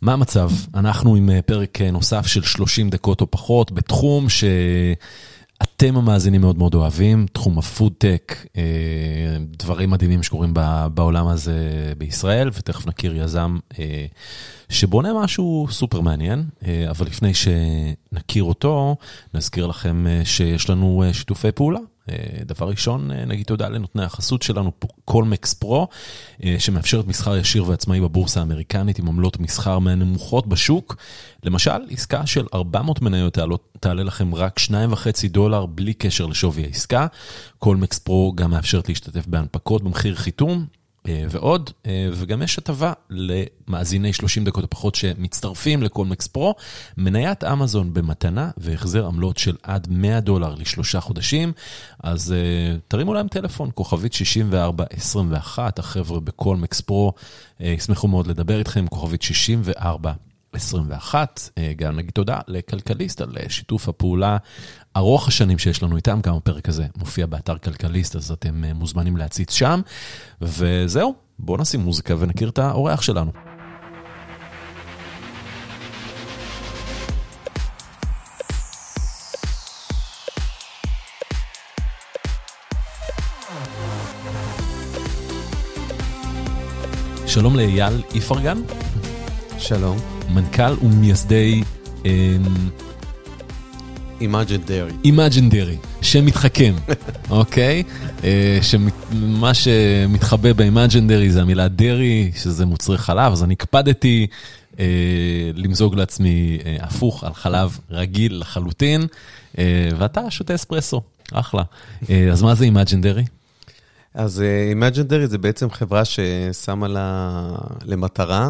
מה המצב? אנחנו עם פרק נוסף של 30 דקות או פחות, בתחום שאתם המאזינים מאוד מאוד אוהבים, תחום הפודטק, דברים מדהימים שקורים בעולם הזה בישראל, ותכף נכיר יזם שבונה משהו סופר מעניין, אבל לפני שנכיר אותו, נזכיר לכם שיש לנו שיתופי פעולה. דבר ראשון, נגיד תודה לנותני החסות שלנו, קולמקס פרו, שמאפשרת מסחר ישיר ועצמאי בבורסה האמריקנית, עם עמלות מסחר מהנמוכות בשוק. למשל, עסקה של 400 מניות תעלה לכם רק $2.5 בלי קשר לשווי העסקה. קולמקס פרו גם מאפשרת להשתתף בהנפקות במחיר חיתום, ועוד, וגם יש הטבה למאזיני 30 דקות הפחות שמצטרפים לקולמקס פרו, מניית אמזון במתנה והחזר עמלות של עד $100 ל3 חודשים, אז תרימו להם טלפון, כוכבית 6421, החבר'ה בקולמקס פרו, ישמחו מאוד לדבר איתכם, כוכבית 6421, גם נגיד תודה לכלכליסט על שיתוף הפעולה ארוך השנים שיש לנו איתם, גם הפרק הזה מופיע באתר כלכליסט, אז אתם מוזמנים להציץ שם, וזהו, בואו נשים מוזיקה ונכיר את האורח שלנו. שלום לאייל איפרגן. שלום. מנכ"ל ומייסדי Imaginedary, שם מתחכם, אוקיי? מה שמתחבא ב-Imaginedary זה המילה דרי, שזה מוצרי חלב, אז אני הקפדתי למזוג לעצמי הפוך על חלב רגיל לחלוטין, ואתה שותה אספרסו, אחלה. אז מה זה Imaginedary? אז Imaginedary זה בעצם חברה ששמה לה למטרה,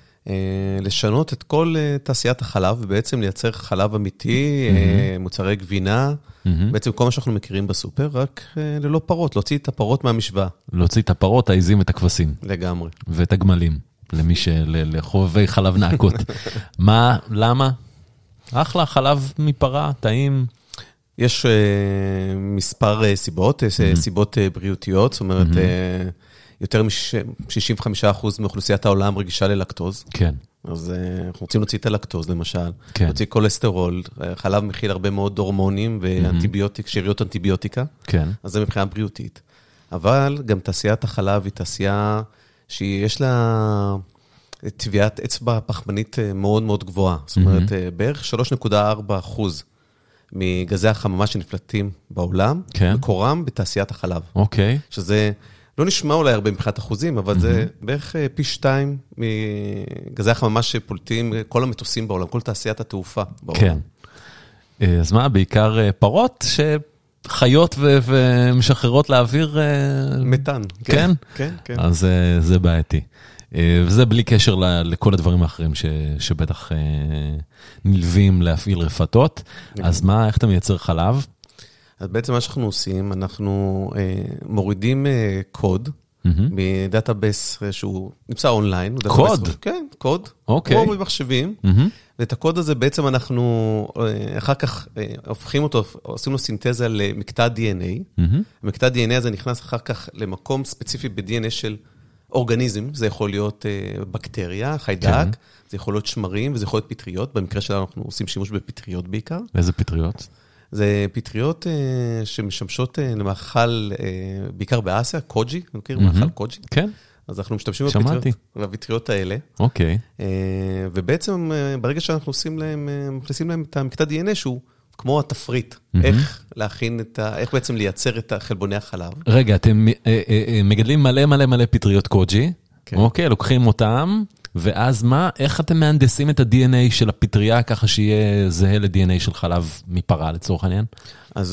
לשנות את כל תעשיית החלב, ובעצם לייצר חלב אמיתי, מוצרי גבינה, בעצם כל מה שאנחנו מכירים בסופר, רק ללא פרות, להוציא את הפרות מהמשוואה. להוציא את הפרות, העיזים ואת הכבשים. לגמרי. ואת הגמלים, לחובבי חלב נעקות. מה, למה? אחלה, חלב מפרה, טעים. יש מספר סיבות, סיבות בריאותיות, זאת אומרת, יותר מ-65% מאוכלוסיית העולם רגישה ללקטוז. כן. אז אנחנו רוצים להוציא את הלקטוז, למשל. כן. להוציא כולסטרול, חלב מכיל הרבה מאוד הורמונים ואנטיביוטיק, שאריות אנטיביוטיקה. כן. אז זה מבחינה בריאותית. אבל גם תעשיית החלב היא תעשייה שיש לה טביעת אצבע פחמנית מאוד מאוד גבוהה. זאת אומרת, בערך 3.4% מגזי החממה שנפלטים בעולם, כן. מקורם בתעשיית החלב. אוקיי. שזה לא נשמע אולי הרבה מבחינת אחוזים, אבל זה בערך פי 2 מגזי החממה שפולטים כל המטוסים בעולם, כל תעשיית התעופה בעולם. כן. אז מה, בעיקר פרות שחיות ומשחררות לאוויר? מתן. כן? כן, כן. אז זה בעייתי. וזה בלי קשר לכל הדברים האחרים שבטח נלווים להפעיל רפתות. אז מה, איך אתה מייצר חלב? אז בעצם מה שאנחנו עושים, אנחנו מורידים קוד מדאטאבייס שהוא נמצא אונליין. קוד? כן, קוד. אוקיי. כמו במחשבים. ואת הקוד הזה בעצם אנחנו אחר כך הופכים אותו, עושים לו סינתזה למקטע DNA. המקטע DNA הזה נכנס אחר כך למקום ספציפי ב-DNA של אורגניזם. זה יכול להיות בקטריה, חיידק, זה יכול להיות שמרים וזה יכול להיות פטריות. במקרה שלנו אנחנו עושים שימוש בפטריות בעיקר. איזה פטריות? זה פטריות שמשמשות למאכל, בעיקר באסיה, קוג'י, מכיר מאכל קוג'י? כן. אז אנחנו משתמשים בפטריות האלה. אוקיי. ובעצם ברגע שאנחנו מכניסים להם את המקטע DNA שהוא כמו התפריט, איך להכין איך בעצם לייצר את חלבוני החלב. רגע, אתם מגדלים מלא מלא מלא פטריות קוג'י, אוקיי, לוקחים אותם, ואז מה, איך אתם מהנדסים את ה-DNA של הפטריה, ככה שיהיה זהה ל-DNA של חלב מפרה, לצורך העניין? אז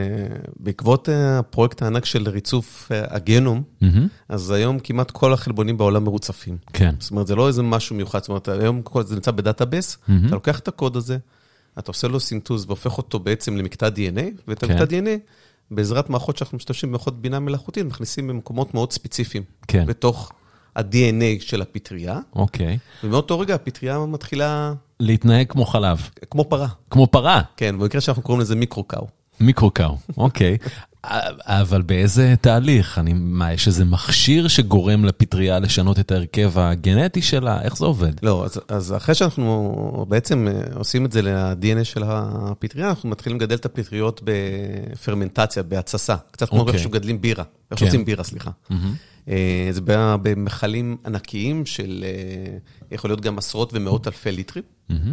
בעקבות הפרויקט הענק של ריצוף הגנום, אז היום כמעט כל החלבונים בעולם מרוצפים. כן. זאת אומרת, זה לא איזה משהו מיוחד, זאת אומרת, היום זה נמצא בדאטאבייס, אתה לוקח את הקוד הזה, אתה עושה לו סינתוז והופך אותו בעצם למקטע DNA, ואת המקטע DNA, בעזרת מערכות שאנחנו משתמשים במערכות בינה מלאכותית, מכניסים במקומות מאוד ספציפיים. כן. בתוך ה-DNA של הפטריה. אוקיי. ומאותו רגע הפטריה מתחילה להתנהג כמו חלב. כמו פרה. כמו פרה? כן, במקרה שאנחנו קוראים לזה מיקרו-קאו. מיקרו-קאו, אוקיי. אבל באיזה תהליך? מה, יש איזה מכשיר שגורם לפטריה לשנות את ההרכב הגנטי שלה? איך זה עובד? לא, אז אחרי שאנחנו בעצם עושים את זה ל-DNA של הפטריה, אנחנו מתחילים לגדל את הפטריות בפרמנטציה, בהתססה. קצת כמו איך שמגדלים בירה. איך שעושים בירה, סליחה. זה במחלים ענקיים של, יכול להיות גם עשרות ומאות אלפי ליטרים.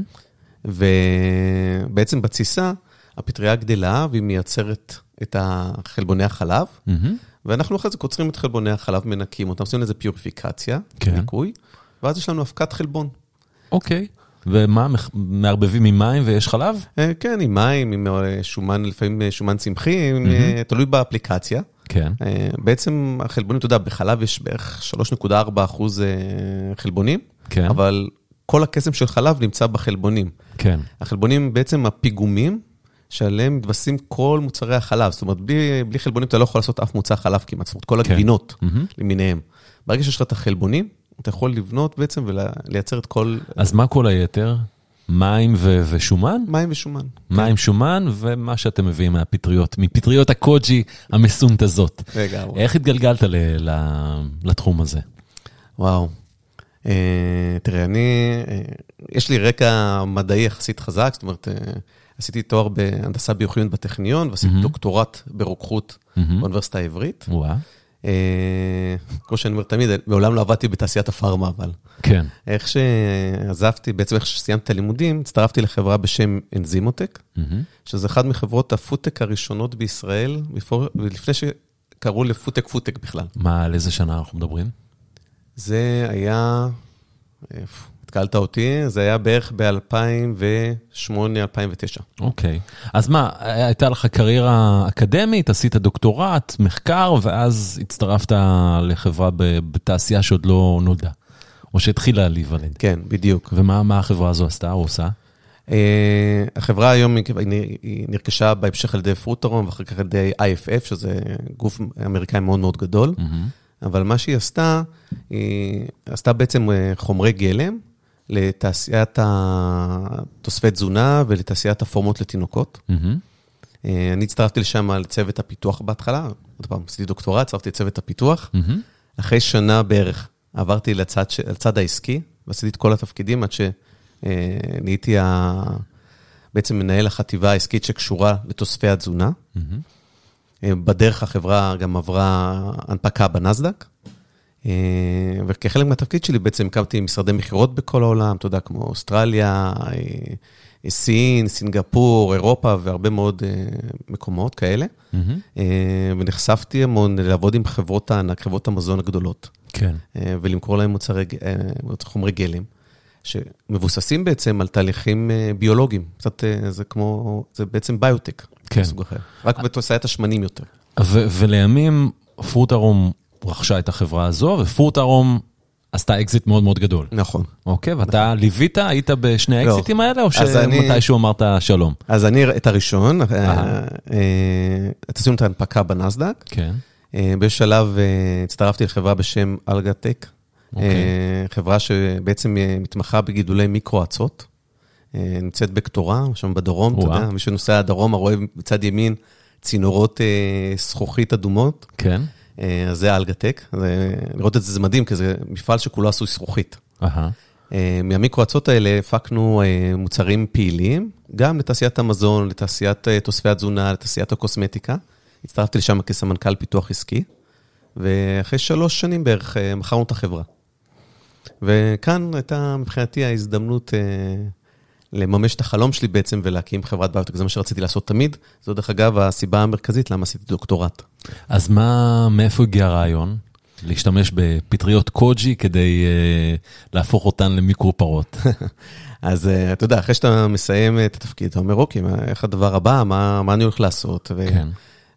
ובעצם בתסיסה, הפטריה גדלה והיא מייצרת את חלבוני החלב, ואנחנו אחרי זה קוצרים את חלבוני החלב, מנקים אותם, עושים לזה פיוריפיקציה, ניקוי, ואז יש לנו הפקת חלבון. אוקיי. ומה, מערבבים עם מים ויש חלב? כן, עם מים, עם שומן, לפעמים שומן צמחי, תלוי באפליקציה. כן. בעצם החלבונים, אתה יודע, בחלב יש בערך 3.4% חלבונים, אבל כל הקסם של חלב נמצא בחלבונים. כן. החלבונים בעצם הפיגומים, שעליהם מתבססים כל מוצרי החלב. זאת אומרת, בלי חלבונים אתה לא יכול לעשות אף מוצר חלב כמעט, זאת אומרת, כל הגבינות למיניהם. ברגע שיש לך את החלבונים, אתה יכול לבנות בעצם ולייצר את כל... אז מה כל היתר? מים ושומן? מים ושומן. מים, שומן, ומה שאתם מביאים מהפטריות, מפטריות הקוג'י המסונת הזאת. איך התגלגלת לתחום הזה? וואו. תראה, יש לי רקע מדעי יחסית חזק, זאת אומרת, עשיתי תואר בהנדסה ביוכימית בטכניון, ועשיתי דוקטורט ברוקחות באוניברסיטה העברית. כמו שאני אומר תמיד, מעולם לא עבדתי בתעשיית הפארמה, אבל... כן. איך שעזבתי, בעצם איך שסיימתי את הלימודים, הצטרפתי לחברה בשם אנזימוטק, שזה אחד מחברות הפודטק הראשונות בישראל, לפני שקראו לפודטק בכלל. מה, על איזה שנה אנחנו מדברים? זה היה... התקלת אותי, זה היה בערך ב-2008-2009. אוקיי. אז מה, הייתה לך קריירה אקדמית, עשית דוקטורט, מחקר, ואז הצטרפת לחברה בתעשייה שעוד לא נולדה, או שהתחילה להיוולד. כן, בדיוק. ומה החברה הזו עשתה או עושה? החברה היום היא נרכשה בהמשך על ידי פרוטרום, ואחר כך על ידי IFF, שזה גוף אמריקאי מאוד מאוד גדול. אבל מה שהיא עשתה, היא עשתה בעצם חומרי גלם, לתעשיית התוספי תזונה ולתעשיית הפורמות לתינוקות. אני הצטרפתי לשם לצוות הפיתוח בהתחלה, עוד פעם, עשיתי דוקטורט, הצטרפתי לצוות הפיתוח. אחרי שנה בערך עברתי לצד העסקי, ועשיתי את כל התפקידים עד שנהייתי בעצם מנהל החטיבה העסקית שקשורה לתוספי התזונה. בדרך החברה גם עברה הנפקה בנסדק. וכחלק מהתפקיד שלי בעצם הקמתי משרדי מחירות בכל העולם, אתה יודע, כמו אוסטרליה, סין, סינגפור, אירופה והרבה מאוד מקומות כאלה. ונחשפתי המון לעבוד עם חברות הענק, חברות המזון הגדולות. כן. ולמכור להם חומרי גלם, שמבוססים בעצם על תהליכים ביולוגיים. קצת זה בעצם ביוטק. כן. רק בתעשיית השמנים יותר. ולימים פרוטרום רכשה את החברה הזו, ופרוטרום עשתה אקזיט מאוד מאוד גדול. נכון. אוקיי, ואתה ליווית, היית בשני האקזיטים האלה, או שמתישהו אמרת שלום? אז אני את הראשון, עשינו את ההנפקה בנסדק. כן. בשלב הצטרפתי לחברה בשם אלגטק, חברה שבעצם מתמחה בגידולי מיקרו-עצות, נמצאת בקטורה, שם בדרום, אתה יודע, מי שנוסע לדרום, רואה בצד ימין צינורות זכוכית אדומות. כן. אז זה אלגטק, לראות את זה זה מדהים, כי זה מפעל שכולו עשוי זכוכית. מהמיקרו-עצות האלה הפקנו מוצרים פעילים, גם לתעשיית המזון, לתעשיית תוספי התזונה, לתעשיית הקוסמטיקה. הצטרפתי לשם כסמנכ"ל פיתוח עסקי, ואחרי 3 שנים בערך מכרנו את החברה. וכאן הייתה מבחינתי ההזדמנות לממש את החלום שלי בעצם, ולהקים חברת ביוטק, זה מה שרציתי לעשות תמיד. זו דרך אגב הסיבה המרכזית למה עשיתי דוקטורט. אז מאיפה הגיע הרעיון? להשתמש בפטריות קוג'י כדי להפוך אותן למיקרו-פרות. אז אתה יודע, אחרי שאתה מסיים את התפקיד, אתה אומר, אוקיי, איך הדבר הבא, מה אני הולך לעשות? כן.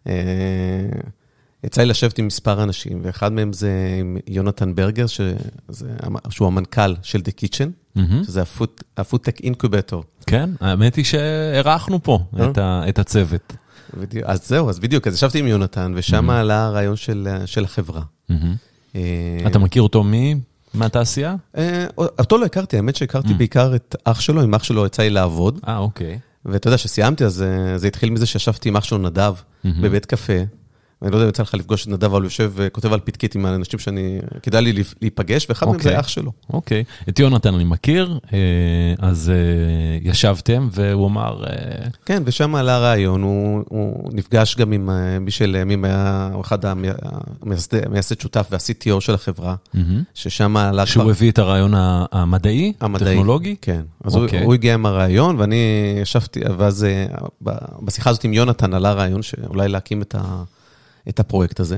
יצא לי לשבת עם מספר אנשים, ואחד מהם זה עם יונתן ברגר, שהוא המנכ"ל של The Kitchen, שזה הפודטק אינקובטור. כן, האמת היא שערכנו פה את הצוות. אז זהו, אז בדיוק, אז ישבתי עם יונתן, ושם עלה הרעיון של החברה. אתה מכיר אותו מהתעשייה? אותו לא הכרתי, האמת שהכרתי בעיקר את אח שלו, עם אח שלו יצא לי לעבוד. אוקיי. ואתה יודע, שסיימתי, אז זה התחיל מזה שישבתי עם אח שלו נדב, בבית קפה, אני לא יודע אם יצא לך לפגוש את נדב, אבל הוא יושב וכותב על פתקית עם האנשים שאני, כדאי לי להיפגש, ואחד מהם זה אח שלו. אוקיי. את יונתן אני מכיר, אז ישבתם, והוא אמר... כן, ושם עלה הרעיון, הוא נפגש גם עם מי שלימים היה אחד המייסד שותף וה-CTO של החברה, ששם עלה... שהוא הביא את הרעיון המדעי, הטכנולוגי? כן. אז הוא הגיע עם הרעיון, ואני ישבתי, ואז בשיחה הזאת עם יונתן עלה הרעיון, שאולי להקים את הפרויקט הזה.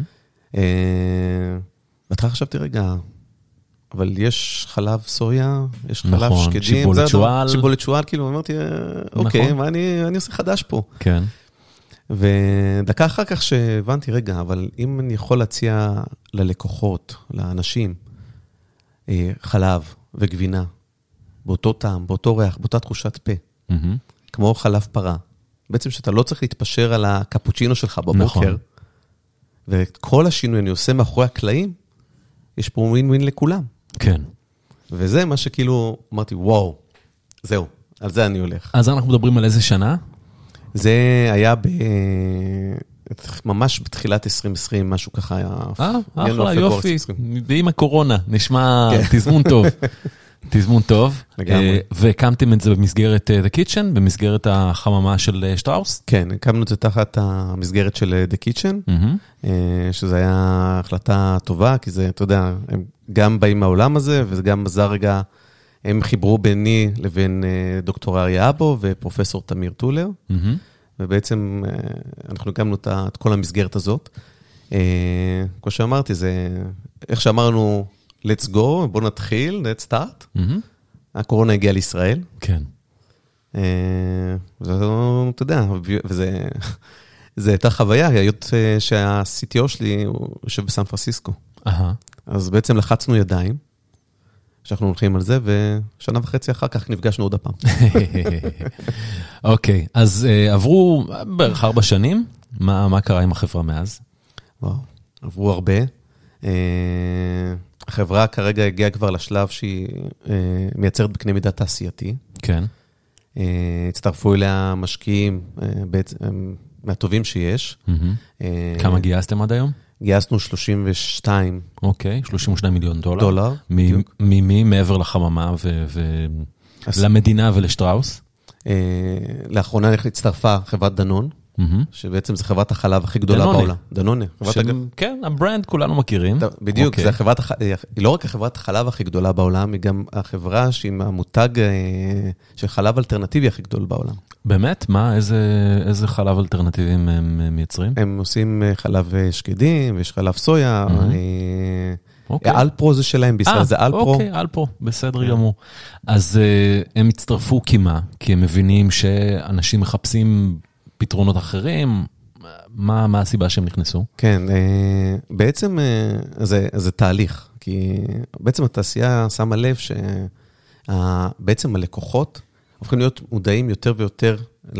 בהתחלה חשבתי, רגע, אבל יש חלב סויה, יש חלב שקדים. שיבולת שועל. שיבולת שועל, כאילו, אמרתי, אוקיי, מה אני עושה חדש פה? כן. ודקה אחר כך שהבנתי, רגע, אבל אם אני יכול להציע ללקוחות, לאנשים, חלב וגבינה, באותו טעם, באותו ריח, באותה תחושת פה, כמו חלב פרה, בעצם שאתה לא צריך להתפשר על הקפוצ'ינו שלך בבוקר, ואת כל השינוי אני עושה מאחורי הקלעים, יש פה ווין ווין לכולם. כן. וזה מה שכאילו, אמרתי, וואו, זהו, על זה אני הולך. אז אנחנו מדברים על איזה שנה? זה היה ממש בתחילת 2020, משהו ככה היה... אחלה, יופי, ועם הקורונה, נשמע תזמון טוב. תזמון טוב. לגמרי. והקמתם את זה במסגרת The Kitchen, במסגרת החממה של שטראוס? כן, הקמנו את זה תחת המסגרת של The Kitchen, שזה היה החלטה טובה, כי זה, אתה יודע, הם גם באים מהעולם הזה, וזה גם עזר רגע, הם חיברו ביני לבין דוקטור אריה אבו ופרופסור תמיר טולר, ובעצם אנחנו הקמנו את כל המסגרת הזאת. כמו שאמרתי, זה, איך שאמרנו, let's go, בוא נתחיל, let's start. הקורונה הגיעה לישראל. כן. אתה יודע, וזה הייתה חוויה, היות שה-CTO שלי הוא יושב בסן פרנסיסקו. אז בעצם לחצנו ידיים, שאנחנו הולכים על זה, ושנה וחצי אחר כך נפגשנו עוד הפעם. אוקיי, אז עברו בערך 4 שנים, מה קרה עם החברה מאז? וואו, עברו הרבה. החברה כרגע הגיעה כבר לשלב שהיא מייצרת בקנה מידה תעשייתי. כן. הצטרפו אליה משקיעים מהטובים שיש. כמה גייסתם עד היום? גייסנו 32. אוקיי, 32 מיליון דולר. דולר. ממי מעבר לחממה ולמדינה ולשטראוס? לאחרונה הצטרפה חברת דנון. שבעצם זה חברת החלב הכי גדולה בעולם. דנוניה. כן, הברנד כולנו מכירים. בדיוק, היא לא רק החברת החלב הכי גדולה בעולם, היא גם החברה שהיא המותג של חלב אלטרנטיבי הכי גדול בעולם. באמת? מה? איזה חלב אלטרנטיביים הם מייצרים? הם עושים חלב שקדים, ויש חלב סויה, אלפרו זה שלהם, בישראל זה אלפרו. אוקיי, אלפרו, בסדר גמור. אז הם הצטרפו כמה? כי הם מבינים שאנשים מחפשים פתרונות אחרים, מה הסיבה שהם נכנסו? כן, בעצם זה תהליך, כי בעצם התעשייה שמה לב שבעצם הלקוחות הופכים להיות מודעים יותר ויותר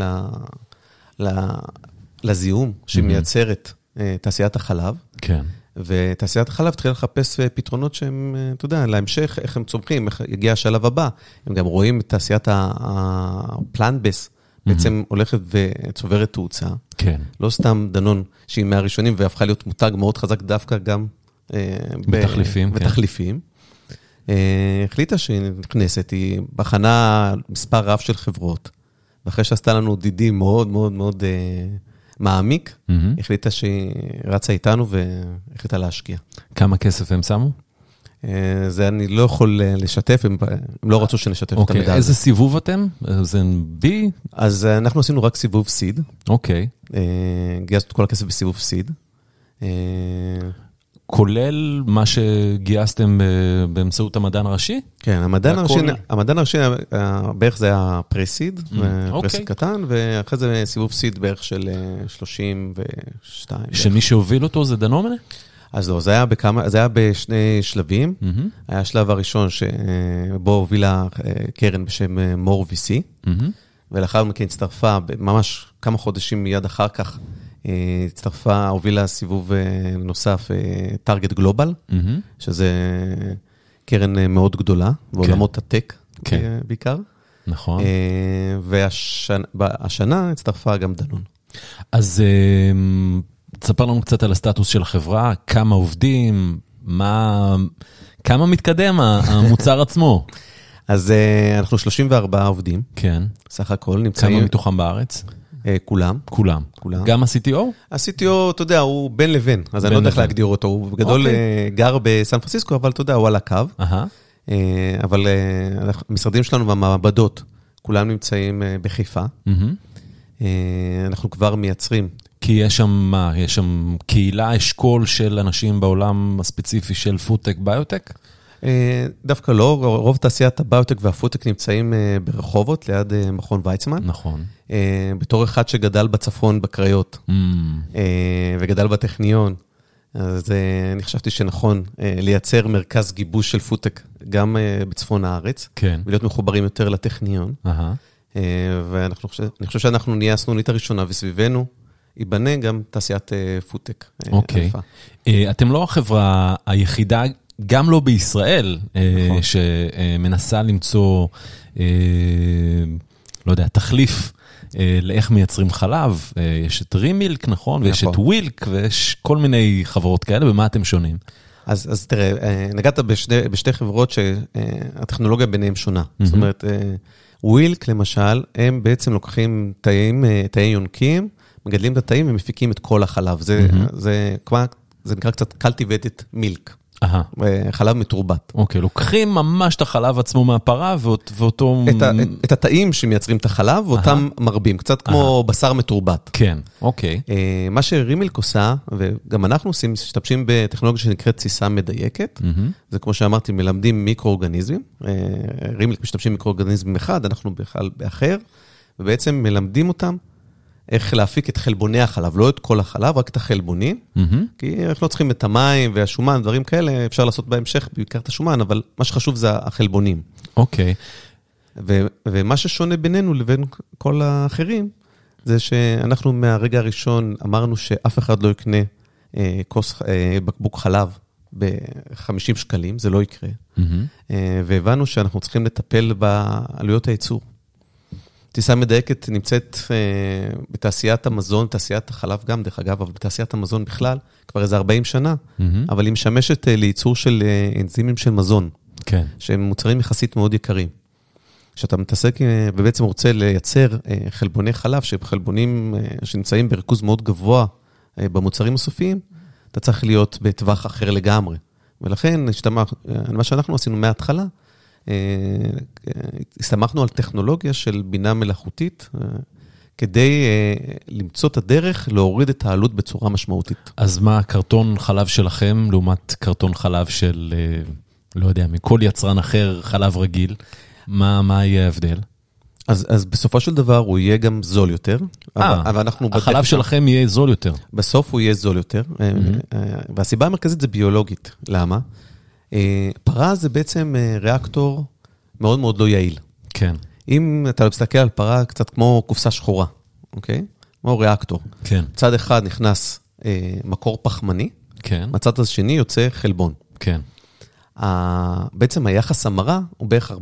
לזיהום שמייצרת תעשיית החלב. כן. ותעשיית החלב תחילה לחפש פתרונות שהם, אתה יודע, להמשך, איך הם צומחים, איך יגיע השלב הבא. הם גם רואים את תעשיית הפלנט-בייס, בעצם הולכת וצוברת תאוצה. כן. לא סתם דנון שהיא מהראשונים והפכה להיות מותג מאוד חזק דווקא גם בתחליפים. החליטה שהיא נכנסת, היא בחנה מספר רב של חברות, ואחרי שעשתה לנו דידי מאוד מאוד מאוד מעמיק, החליטה שהיא רצה איתנו והחליטה להשקיע. כמה כסף הם שמו? זה אני לא יכול לשתף, הם לא רצו שנשתף את המידע הזה. איזה סיבוב אתם? זה B? אז אנחנו עשינו רק סיבוב סיד. אוקיי. גייסנו את כל הכסף בסיבוב סיד. כולל מה שגייסתם באמצעות המדען הראשי? כן, המדען הראשי בערך זה היה פרסיד, פרסיד קטן, ואחרי זה סיבוב סיד בערך של 32. שמי שהוביל אותו זה דנומנה? אז לא, זה היה בשני שלבים. היה השלב הראשון שבו הובילה קרן בשם מור VC, ולאחר מכן הצטרפה, ממש כמה חודשים מיד אחר כך, הצטרפה, הובילה סיבוב נוסף, טארגט גלובל, שזה קרן מאוד גדולה, בעולמות הטק בעיקר. נכון. והשנה הצטרפה גם דנון. אז תספר לנו קצת על הסטטוס של החברה, כמה עובדים, כמה מתקדם המוצר עצמו. אז אנחנו 34 עובדים. כן. סך הכל נמצאים... כמה מתוכם בארץ? כולם. כולם. גם ה-CTO? ה-CTO, אתה יודע, הוא בין לבין, אז אני לא יודע איך להגדיר אותו. הוא בגדול גר בסן פרנסיסקו, אבל אתה יודע, הוא על הקו. אבל המשרדים שלנו והמעבדות, כולם נמצאים בחיפה. אנחנו כבר מייצרים. כי יש שם מה? יש שם קהילה, אשכול של אנשים בעולם הספציפי של פודטק, ביוטק? דווקא לא, רוב תעשיית הביוטק והפודטק נמצאים ברחובות, ליד מכון ויצמן. נכון. בתור אחד שגדל בצפון בקריות, וגדל בטכניון, אז אני חשבתי שנכון לייצר מרכז גיבוש של פודטק, גם בצפון הארץ, ולהיות מחוברים יותר לטכניון. ואני חושב שאנחנו נהיה הסנונית הראשונה, וסביבנו ייבנה גם תעשיית פודטק. אוקיי. אתם לא החברה היחידה, גם לא בישראל, שמנסה למצוא, לא יודע, תחליף לאיך מייצרים חלב. יש את רימילק, נכון? ויש את ווילק, ויש כל מיני חברות כאלה, במה אתם שונים? אז תראה, נגעת בשתי חברות שהטכנולוגיה ביניהם שונה. זאת אומרת, ווילק למשל, הם בעצם לוקחים תאי יונקים, מגדלים את התאים ומפיקים את כל החלב. זה נקרא קצת cultivated milk. חלב מתורבת. אוקיי, לוקחים ממש את החלב עצמו מהפרה, ואותו... את התאים שמייצרים את החלב, ואותם מרבים, קצת כמו בשר מתורבת. כן, אוקיי. מה שרימילק עושה, וגם אנחנו עושים, משתמשים בטכנולוגיה שנקראת תסיסה מדייקת, זה כמו שאמרתי, מלמדים מיקרואורגניזמים, רימילק משתמשים במיקרואורגניזם אחד, אנחנו בכלל באחר, ובעצם מלמדים אותם, איך להפיק את חלבוני החלב, לא את כל החלב, רק את החלבונים, כי אנחנו לא צריכים את המים והשומן, דברים כאלה, אפשר לעשות בהמשך, בעיקר את השומן, אבל מה שחשוב זה החלבונים. אוקיי. ומה ששונה בינינו לבין כל האחרים, זה שאנחנו מהרגע הראשון אמרנו שאף אחד לא יקנה בקבוק חלב ב-50 שקלים, זה לא יקרה. והבנו שאנחנו צריכים לטפל בעלויות הייצור. תסיסה מדייקת נמצאת בתעשיית המזון, תעשיית החלב גם, דרך אגב, אבל בתעשיית המזון בכלל, כבר איזה 40 שנה, אבל היא משמשת לייצור של אנזימים של מזון, שהם מוצרים יחסית מאוד יקרים. כשאתה מתעסק ובעצם רוצה לייצר חלבוני חלב, שהם חלבונים שנמצאים בריכוז מאוד גבוה במוצרים הסופיים, אתה צריך להיות בטווח אחר לגמרי. ולכן, מה שאנחנו עשינו מההתחלה, הסתמכנו על טכנולוגיה של בינה מלאכותית, כדי למצוא את הדרך להוריד את העלות בצורה משמעותית. אז מה קרטון חלב שלכם, לעומת קרטון חלב של, לא יודע, מכל יצרן אחר, חלב רגיל, מה יהיה ההבדל? אז בסופו של דבר הוא יהיה גם זול יותר. החלב שלכם יהיה זול יותר. בסוף הוא יהיה זול יותר, והסיבה המרכזית זה ביולוגית. למה? פרה זה בעצם ריאקטור מאוד מאוד לא יעיל. כן. אם אתה מסתכל על פרה קצת כמו קופסה שחורה, אוקיי? כמו ריאקטור. כן. מצד אחד נכנס מקור פחמני, כן. מצד השני יוצא חלבון. כן. בעצם היחס המרה הוא בערך 4%.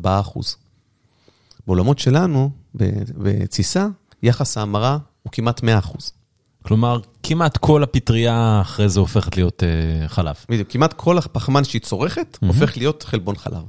בעולמות שלנו, בתסיסה, יחס ההמרה הוא כמעט 100%. כלומר, כמעט כל הפטריה אחרי זה הופכת להיות חלב. בדיוק, כמעט כל הפחמן שהיא צורכת, הופך להיות חלבון חלב.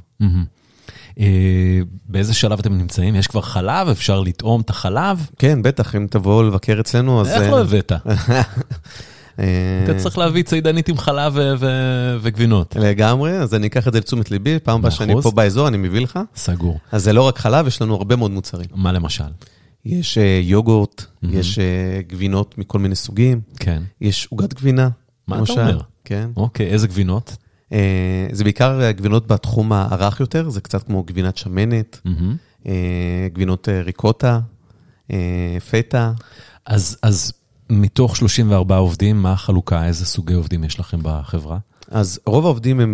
באיזה שלב אתם נמצאים? יש כבר חלב? אפשר לטעום את החלב? כן, בטח, אם תבואו לבקר אצלנו, אז... איך לא הבאת? אתה צריך להביא ציידנית עם חלב וגבינות. לגמרי, אז אני אקח את זה לתשומת ליבי, פעם הבאה שאני פה באזור, אני מביא לך. סגור. אז זה לא רק חלב, יש לנו הרבה מאוד מוצרים. מה למשל? יש יוגורט, יש גבינות מכל מיני סוגים. כן. יש עוגת גבינה. מה אתה אומר? כן. אוקיי, איזה גבינות? זה בעיקר גבינות בתחום הרך יותר, זה קצת כמו גבינת שמנת, גבינות ריקוטה, פטה. אז מתוך 34 עובדים, מה החלוקה? איזה סוגי עובדים יש לכם בחברה? אז רוב העובדים הם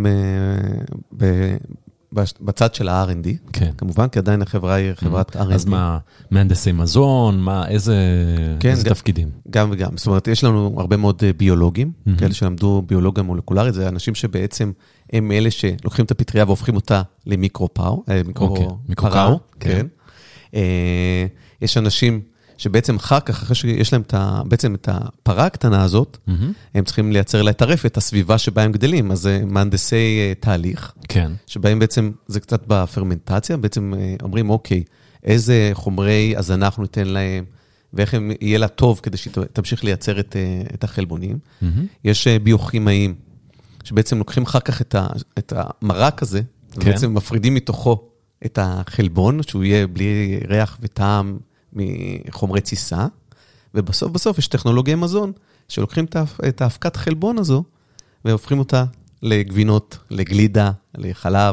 בצד של ה-R&D, כן. כמובן, כי עדיין החברה היא חברת R&D. אז מה, מהנדסי מזון, איזה תפקידים? גם וגם. זאת אומרת, יש לנו הרבה מאוד ביולוגים, כאלה שלמדו ביולוגיה מולקולרית, זה אנשים שבעצם הם אלה שלוקחים את הפטריה והופכים אותה למיקרו-פאו, מיקרו-קאו. כן. יש אנשים שבעצם אחר כך, אחרי שיש להם בעצם את הפרה הקטנה הזאת, הם צריכים לייצר לה את הרפת, הסביבה שבה הם גדלים, אז זה מהנדסי תהליך, כן. שבהם בעצם, זה קצת בפרמנטציה, בעצם אומרים, אוקיי, איזה חומרי הזנה אנחנו ניתן להם, ואיך יהיה לה טוב כדי שהיא תמשיך לייצר את החלבונים. יש ביוכימאים, שבעצם לוקחים אחר כך את המרק הזה, ובעצם מפרידים מתוכו את החלבון, שהוא יהיה בלי ריח וטעם מחומרי ציסה, ובסוף יש טכנולוגיה מזון, שלוקחים את האבקת חלבון הזו, והופכים אותה לגבינות, לגלידה, לחלב.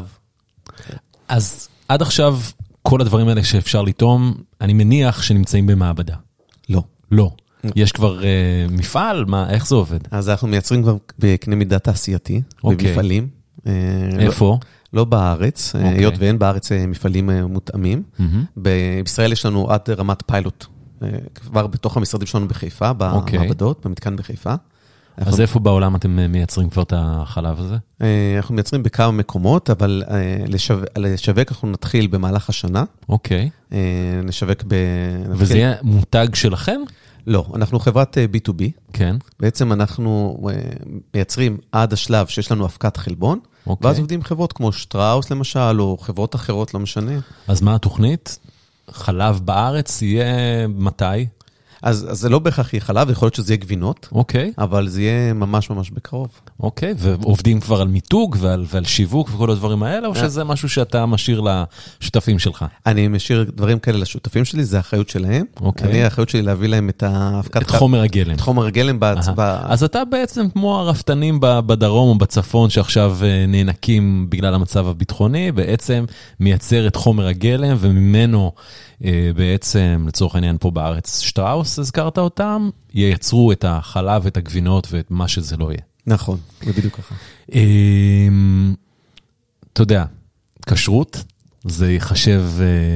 אז עד עכשיו, כל הדברים האלה שאפשר לטעום, אני מניח שנמצאים במעבדה. לא. לא. יש כבר מפעל? איך זה עובד? אז אנחנו מייצרים כבר בקנה מידה תעשייתי, במפעלים. איפה? לא בארץ, היות ואין בארץ מפעלים מותאמים. בישראל יש לנו עד רמת פיילוט, כבר בתוך המשרדים שלנו בחיפה, במעבדות, במתקן בחיפה. אז איפה בעולם אתם מייצרים כבר את החלב הזה? אנחנו מייצרים בכמה מקומות, אבל לשווק אנחנו נתחיל במהלך השנה. אוקיי. נשווק וזה יהיה מותג שלכם? לא, אנחנו חברת B2B. כן. בעצם אנחנו מייצרים עד השלב שיש לנו הפקת חלבון, ואז עובדים חברות כמו שטראוס למשל, או חברות אחרות, לא משנה. אז מה התוכנית? חלב בארץ יהיה מתי? אז זה לא בהכרח יהיה חלב, יכול להיות שזה יהיה גבינות, אבל זה יהיה ממש ממש בקרוב. אוקיי, ועובדים כבר על מיתוג ועל שיווק וכל הדברים האלה, או שזה משהו שאתה משאיר לשותפים שלך? אני משאיר דברים כאלה לשותפים שלי, זה האחריות שלהם. האחריות שלי להביא להם את חומר הגלם. את חומר הגלם. אז אתה בעצם כמו הרפתנים בדרום או בצפון, שעכשיו נאנקים בגלל המצב הביטחוני, בעצם מייצר את חומר הגלם, וממנו בעצם, לצורך העניין פה בארץ, שטראוס, הזכרת אותם, ייצרו את החלב, את הגבינות ואת מה שזה לא יהיה. נכון, זה בדיוק ככה. אתה יודע, כשרות, זה יחשב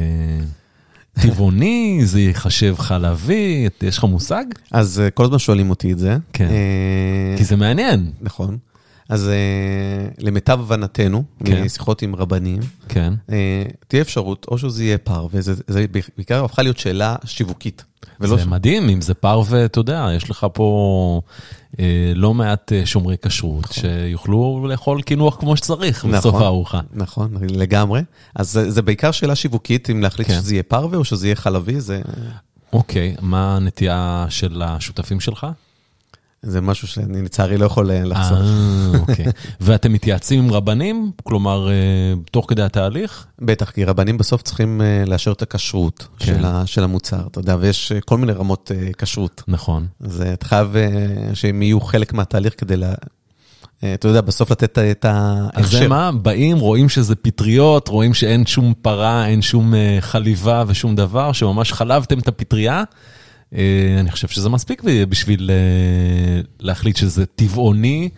טבעוני, זה יחשב חלבי, יש לך מושג? אז כל הזמן שואלים אותי את זה. כן, כי זה מעניין. נכון. אז למיטב הבנתנו, משיחות עם רבנים, תהיה אפשרות, או שזה יהיה פר, וזה בעיקר הפכה להיות שאלה שיווקית. זה מדהים, אם זה פר ואתה יודע, יש לך פה לא מעט שומרי כשרות, שיוכלו לאכול קינוח כמו שצריך בסוף הארוחה. נכון, לגמרי. אז זה בעיקר שאלה שיווקית, אם להחליט שזה יהיה פר או שזה יהיה חלבי, זה... אוקיי, מה הנטייה של השותפים שלך? זה משהו שאני לצערי לא יכול לחשוף. אוקיי. ואתם מתייעצים עם רבנים? כלומר, תוך כדי התהליך? בטח, כי רבנים בסוף צריכים לאשר את הכשרות של המוצר, אתה יודע, ויש כל מיני רמות כשרות. נכון. אז אתה חייב שהם יהיו חלק מהתהליך כדי, אתה יודע, בסוף לתת את ההכשר. אז זה מה? באים, רואים שזה פטריות, רואים שאין שום פרה, אין שום חליבה ושום דבר, שממש חלבתם את הפטריה, אני חושב שזה מספיק בשביל להחליט שזה טבעוני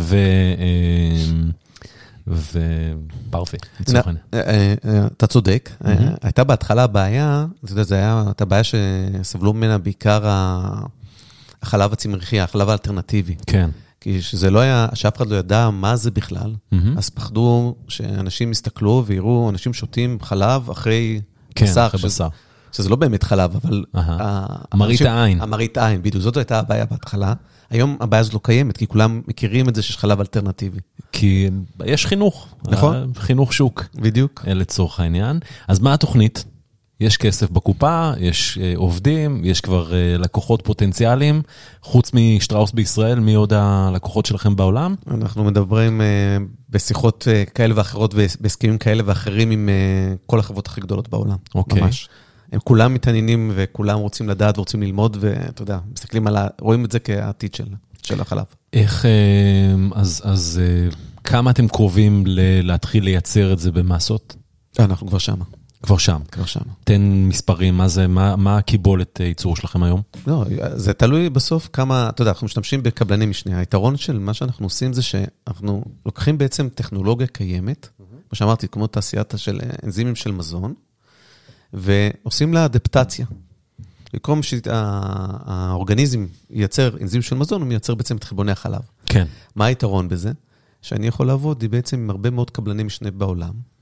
ופרפה. אתה צודק. הייתה בהתחלה הבעיה, זו הייתה בעיה שסבלו ממנה בעיקר החלב הצמחי, החלב האלטרנטיבי. כן. כי שזה לא היה, שאף אחד לא ידע מה זה בכלל, אז פחדו שאנשים יסתכלו ויראו, אנשים שותים חלב אחרי בשר. שזה לא באמת חלב, אבל... מראית העין. המראית העין, בדיוק. זאת הייתה הבעיה בהתחלה. היום הבעיה הזאת לא קיימת, כי כולם מכירים את זה שיש חלב אלטרנטיבי. כי יש חינוך. נכון. חינוך שוק. בדיוק. לצורך העניין. אז מה התוכנית? יש כסף בקופה, יש עובדים, יש כבר לקוחות פוטנציאליים. חוץ משטראוס בישראל, מי עוד הלקוחות שלכם בעולם? אנחנו מדברים בשיחות כאלה ואחרות, בהסכמים כאלה ואחרים עם כל החברות הכי גדולות בעולם. אוקיי. ממש. הם כולם מתעניינים וכולם רוצים לדעת ורוצים ללמוד, ואתה יודע, מסתכלים רואים את זה כעתיד של החלב. איך, אז כמה אתם קרובים להתחיל לייצר את זה במסות? אנחנו כבר שם. כבר שם. כבר שם. תן מספרים, מה הקיבולת ייצור שלכם היום? לא, זה תלוי בסוף כמה, אתה יודע, אנחנו משתמשים בקבלני משנה. היתרון של מה שאנחנו עושים זה שאנחנו לוקחים בעצם טכנולוגיה קיימת, כמו שאמרתי, כמו תעשיית של אנזימים של מזון, ועושים לה אדפטציה. במקום שהאורגניזם ייצר אנזים של מזון, הוא מייצר בעצם את חלבוני החלב. כן. מה היתרון בזה? שאני יכול לעבוד בעצם עם הרבה מאוד קבלני משנה בעולם,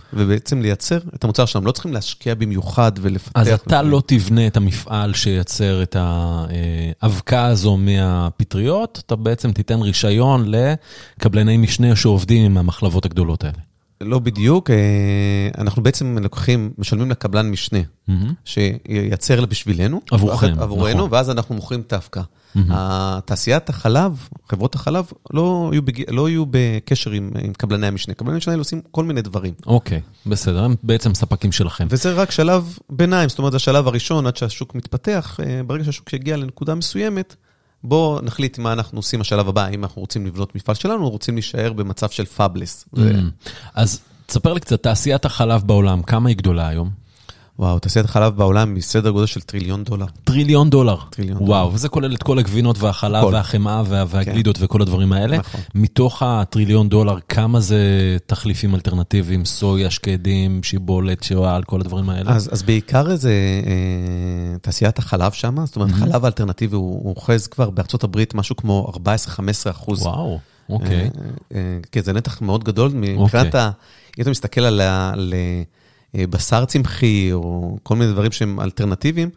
ובעצם לייצר את המוצר שלנו. לא צריכים להשקיע במיוחד ולפתח. אז אתה לא תבנה את המפעל שייצר את האבקה הזו מהפטריות, אתה בעצם תיתן רישיון לקבלני משנה שעובדים עם המחלבות הגדולות האלה. לא בדיוק, אנחנו בעצם משלמים לקבלן משנה, שייצר בשבילנו, עבורנו, ואז אנחנו מוכרים את האבקה. התעשיית החלב, חברות החלב, לא יהיו בקשר עם קבלני המשנה. קבלני המשנה עושים כל מיני דברים. אוקיי, בסדר, הם בעצם ספקים שלכם. וזה רק שלב ביניים, זאת אומרת, זה השלב הראשון, עד שהשוק מתפתח, ברגע שהשוק יגיע לנקודה מסוימת, בוא נחליט מה אנחנו עושים השלב הבא, אם אנחנו רוצים לבנות מפעל שלנו, או רוצים להישאר במצב של פאבלס. אז תספר לי קצת, תעשיית החלב בעולם, כמה היא גדולה היום? וואו, תעשיית החלב בעולם היא סדר גודל של $1 טריליון. $1 טריליון? וואו, וזה כולל את כל הגבינות והחלב והחמאה והגלידות וכל הדברים האלה. מתוך $1 טריליון, כמה זה תחליפים אלטרנטיביים, סויה, שקדים, שיבולת, שואל, כל הדברים האלה? אז בעיקר זה תעשיית החלב שם, זאת אומרת, החלב האלטרנטיבי הוא אוחז כבר בארצות הברית משהו כמו 14-15%. וואו, אוקיי. כי זה נתח מאוד גדול, מבחינת אם אתה מסתכל על בשר צמחי, או כל מיני דברים שהם אלטרנטיביים,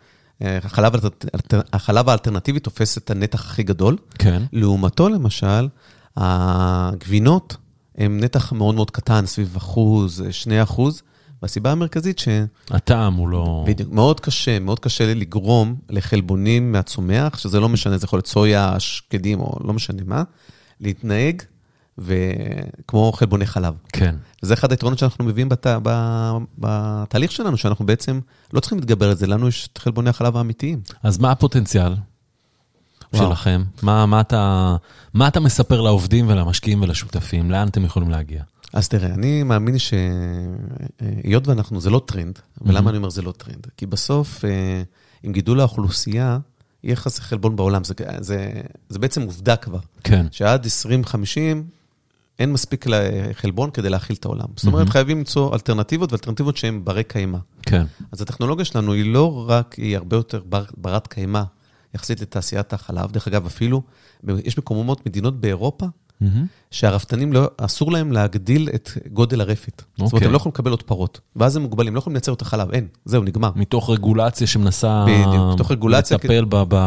החלב האלטרנטיבי תופס את הנתח הכי גדול. כן. לעומתו, למשל, הגבינות הם נתח מאוד מאוד קטן, סביב 1%, 2%, והסיבה המרכזית הטעם הוא לא... בדיוק, מאוד קשה לגרום לחלבונים מהצומח, שזה לא משנה, זה יכול להיות סויה, שקדים, או לא משנה מה, להתנהג, וכמו חלבוני חלב. כן. וזה אחד היתרונות שאנחנו מביאים בתהליך שלנו, שאנחנו בעצם לא צריכים להתגבר את זה, לנו יש את חלבוני החלב האמיתיים. אז מה הפוטנציאל שלכם? מה אתה מספר לעובדים ולמשקיעים ולשותפים? לאן אתם יכולים להגיע? אז תראה, אני מאמין שהיות זה לא טרנד, ולמה אני אומר זה לא טרנד? כי בסוף, עם גידול האוכלוסייה, יהיה חסר חלבון בעולם, זה בעצם עובדה כבר. כן. שעד 2050, אין מספיק חלבון כדי להכיל את העולם. זאת אומרת, חייבים למצוא אלטרנטיבות, ואלטרנטיבות שהן ברי קיימה. כן. אז הטכנולוגיה שלנו היא לא רק, היא הרבה יותר ברת קיימה, יחסית לתעשיית החלב. דרך אגב, אפילו, יש מקומות, מדינות באירופה, שהרפתנים אסור להם להגדיל את גודל הרפת. זאת אומרת, הם לא יכולים לקבל עוד פרות. ואז הם מוגבלים, לא יכולים לייצר את החלב. אין, זהו, נגמר. מתוך רגולציה שמנסה לטפל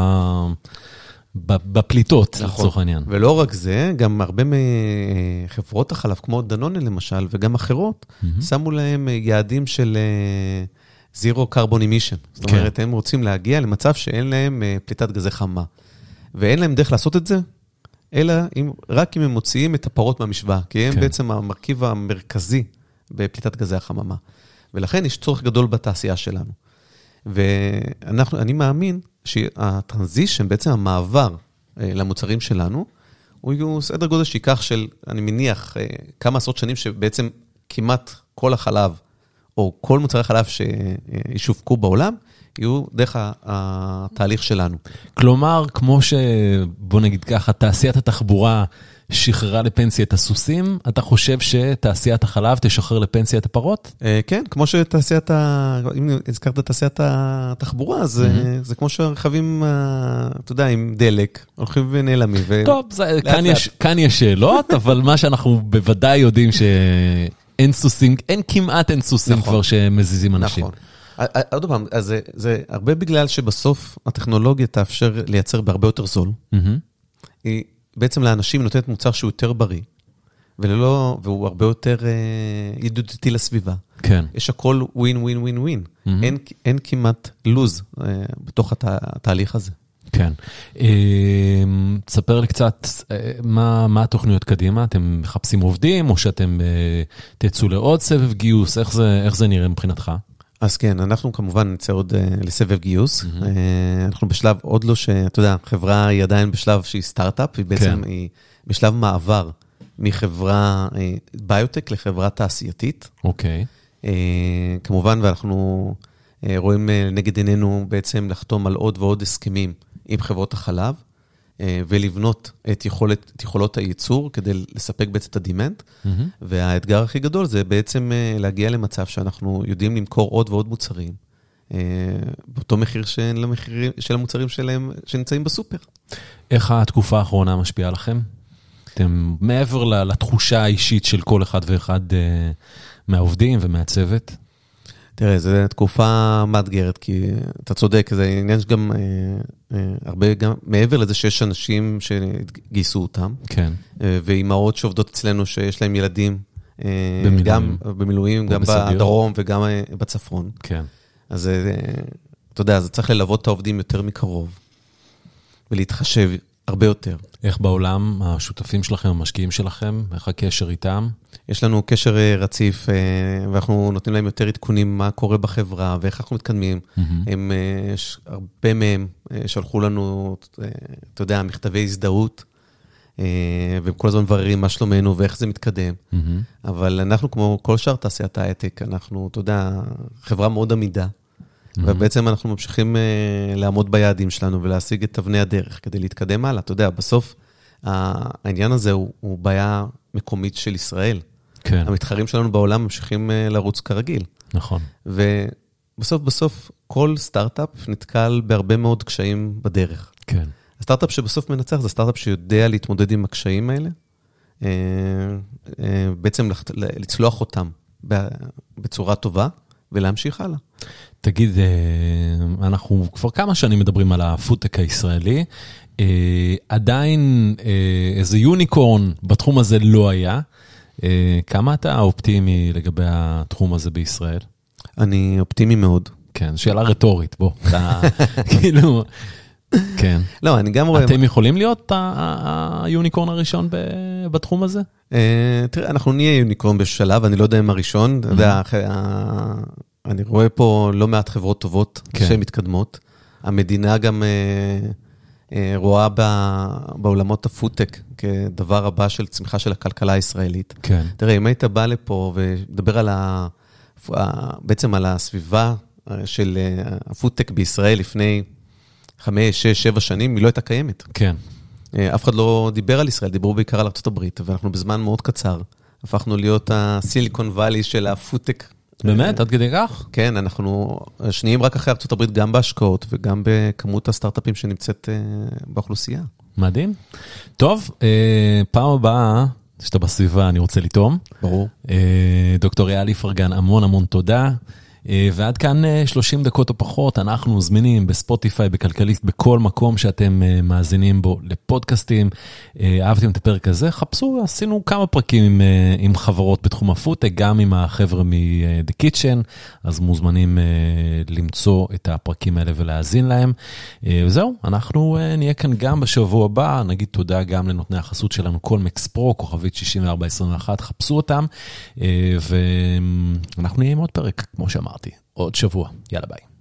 בפליטות, לצורך העניין. ולא רק זה, גם הרבה מחברות החלב, כמו דנונה למשל, וגם אחרות, שמו להם יעדים של Zero Carbon Emission. זאת אומרת, הם רוצים להגיע למצב שאין להם פליטת גזי חממה. ואין להם דרך לעשות את זה, אלא רק אם הם מוציאים את הפרות מהמשוואה, כי הם בעצם המרכיב המרכזי בפליטת גזי החממה. ולכן יש צורך גדול בתעשייה שלנו. ואני מאמין שהטרנזישן, בעצם המעבר למוצרים שלנו, הוא סדר גודל שיקח של, אני מניח, כמה עשרות שנים שבעצם כמעט כל החלב, או כל מוצרי חלב שישווקו בעולם, יהיו דרך התהליך שלנו. כלומר, כמו בוא נגיד ככה, תעשיית התחבורה שחררה לפנסיה את הסוסים, אתה חושב שתעשיית החלב תשחרר לפנסיה את הפרות? כן, כמו שתעשיית, אם הזכרת תעשיית התחבורה, אז זה כמו שהרכבים, אתה יודע, עם דלק, הולכים ונעלמים. טוב, כאן יש שאלות, אבל מה שאנחנו בוודאי יודעים שאין סוסים, כמעט אין סוסים כבר שמזיזים אנשים. נכון. עוד פעם, אז זה הרבה בגלל שבסוף הטכנולוגיה תאפשר לייצר בהרבה יותר זול. היא בעצם לאנשים נותנת מוצר שהוא יותר בריא, והוא הרבה יותר ידידותי לסביבה. כן. יש הכל ווין, ווין, ווין, ווין. אין כמעט לוז בתוך התהליך הזה. כן. תספר לי קצת, מה התוכניות קדימה? אתם מחפשים עובדים, או שאתם תצאו לעוד סבב גיוס? איך זה נראה מבחינתך? אז כן, אנחנו כמובן נצא עוד לסבב גיוס. אנחנו בשלב עוד לא אתה יודע, חברה היא עדיין בשלב שהיא סטארט-אפ, היא בעצם היא בשלב מעבר מחברה ביוטק לחברה תעשייתית. אוקיי. כמובן, ואנחנו רואים נגד עינינו בעצם לחתום על עוד ועוד הסכמים עם חברות החלב, ולבנות את יכולות הייצור כדי לספק בעצם את הדימנט. והאתגר הכי גדול זה בעצם להגיע למצב שאנחנו יודעים למכור עוד ועוד מוצרים, באותו מחיר של המוצרים שלהם שנמצאים בסופר. איך התקופה האחרונה משפיעה לכם? אתם מעבר לתחושה האישית של כל אחד ואחד מהעובדים ומהצוות? תראה, זו תקופה מאתגרת, כי אתה צודק, זה עניין שגם הרבה, גם מעבר לזה שיש אנשים שגייסו אותם, כן. ואימהות שעובדות אצלנו שיש להם ילדים, גם במילואים, גם בדרום וגם בצפון. כן. אז אתה יודע, זה צריך ללוות את העובדים יותר מקרוב, ולהתחשב הרבה יותר. איך בעולם השותפים שלכם, המשקיעים שלכם, איך הקשר איתם? יש לנו קשר רציף, ואנחנו נותנים להם יותר עדכונים מה קורה בחברה, ואיך אנחנו מתקדמים. הם, הרבה מהם שלחו לנו, אתה יודע, מכתבי הזדהות, והם כל הזמן מבררים מה שלומנו ואיך זה מתקדם. אבל אנחנו, כמו כל שאר תעשיית ההייטק, אנחנו, אתה יודע, חברה מאוד עמידה, ובעצם אנחנו ממשיכים לעמוד ביעדים שלנו ולהשיג את אבני הדרך כדי להתקדם הלאה. אתה יודע, בסוף העניין הזה הוא בעיה מקומית של ישראל. כן. המתחרים שלנו בעולם ממשיכים לרוץ כרגיל. נכון. ובסוף כל סטארט-אפ נתקל בהרבה מאוד קשיים בדרך. כן. הסטארט-אפ שבסוף מנצח זה סטארט-אפ שיודע להתמודד עם הקשיים האלה, בעצם לצלוח אותם בצורה טובה ולהמשיך הלאה. תגיד, אנחנו כבר כמה שנים מדברים על הפודטק הישראלי, עדיין איזה יוניקורן בתחום הזה לא היה. כמה אתה אופטימי לגבי התחום הזה בישראל? אני אופטימי מאוד. כן, שאלה רטורית, בוא. כאילו, כן. לא, אני גם רואה... אתם יכולים להיות היוניקורן הראשון בתחום הזה? תראה, אנחנו נהיה יוניקורן בשלב, אני לא יודע אם הראשון, אתה יודע, אני רואה פה לא מעט חברות טובות שהן מתקדמות. המדינה גם רואה בעולמות הפודטק כדבר הבא של צמיחה של הכלכלה הישראלית. כן. תראה, אם היית בא לפה ודבר על בעצם על הסביבה של הפודטק בישראל לפני 5, 6, 7 שנים, היא לא הייתה קיימת. כן. אף אחד לא דיבר על ישראל, דיברו בעיקר על ארצות הברית, ואנחנו בזמן מאוד קצר הפכנו להיות הסיליקון ואלי של הפודטק. באמת? עד כדי כך? כן, אנחנו שניים רק אחרי ארצות הברית, גם בהשקעות וגם בכמות הסטארט-אפים שנמצאת באוכלוסייה. מדהים. טוב, פעם הבאה, שאתה בסביבה, אני רוצה לטעום. ברור. דוקטור יאלי איפרגן, המון תודה. ועד כאן 30 דקות או פחות, אנחנו זמינים בספוטיפיי, בכלכליסט, בכל מקום שאתם מאזינים בו לפודקאסטים. אהבתם את הפרק הזה? חפשו, עשינו כמה פרקים עם חברות בתחום הפודטק, גם עם החבר'ה מ-The Kitchen, אז מוזמנים למצוא את הפרקים האלה ולהאזין להם. וזהו, אנחנו נהיה כאן גם בשבוע הבא, נגיד תודה גם לנותני החסות שלנו, קולמקס פרו, כוכבית 6421, חפשו אותם, ואנחנו נהיה עם עוד פרק, כמו שאמרתי. עוד שבוע. יאללה ביי.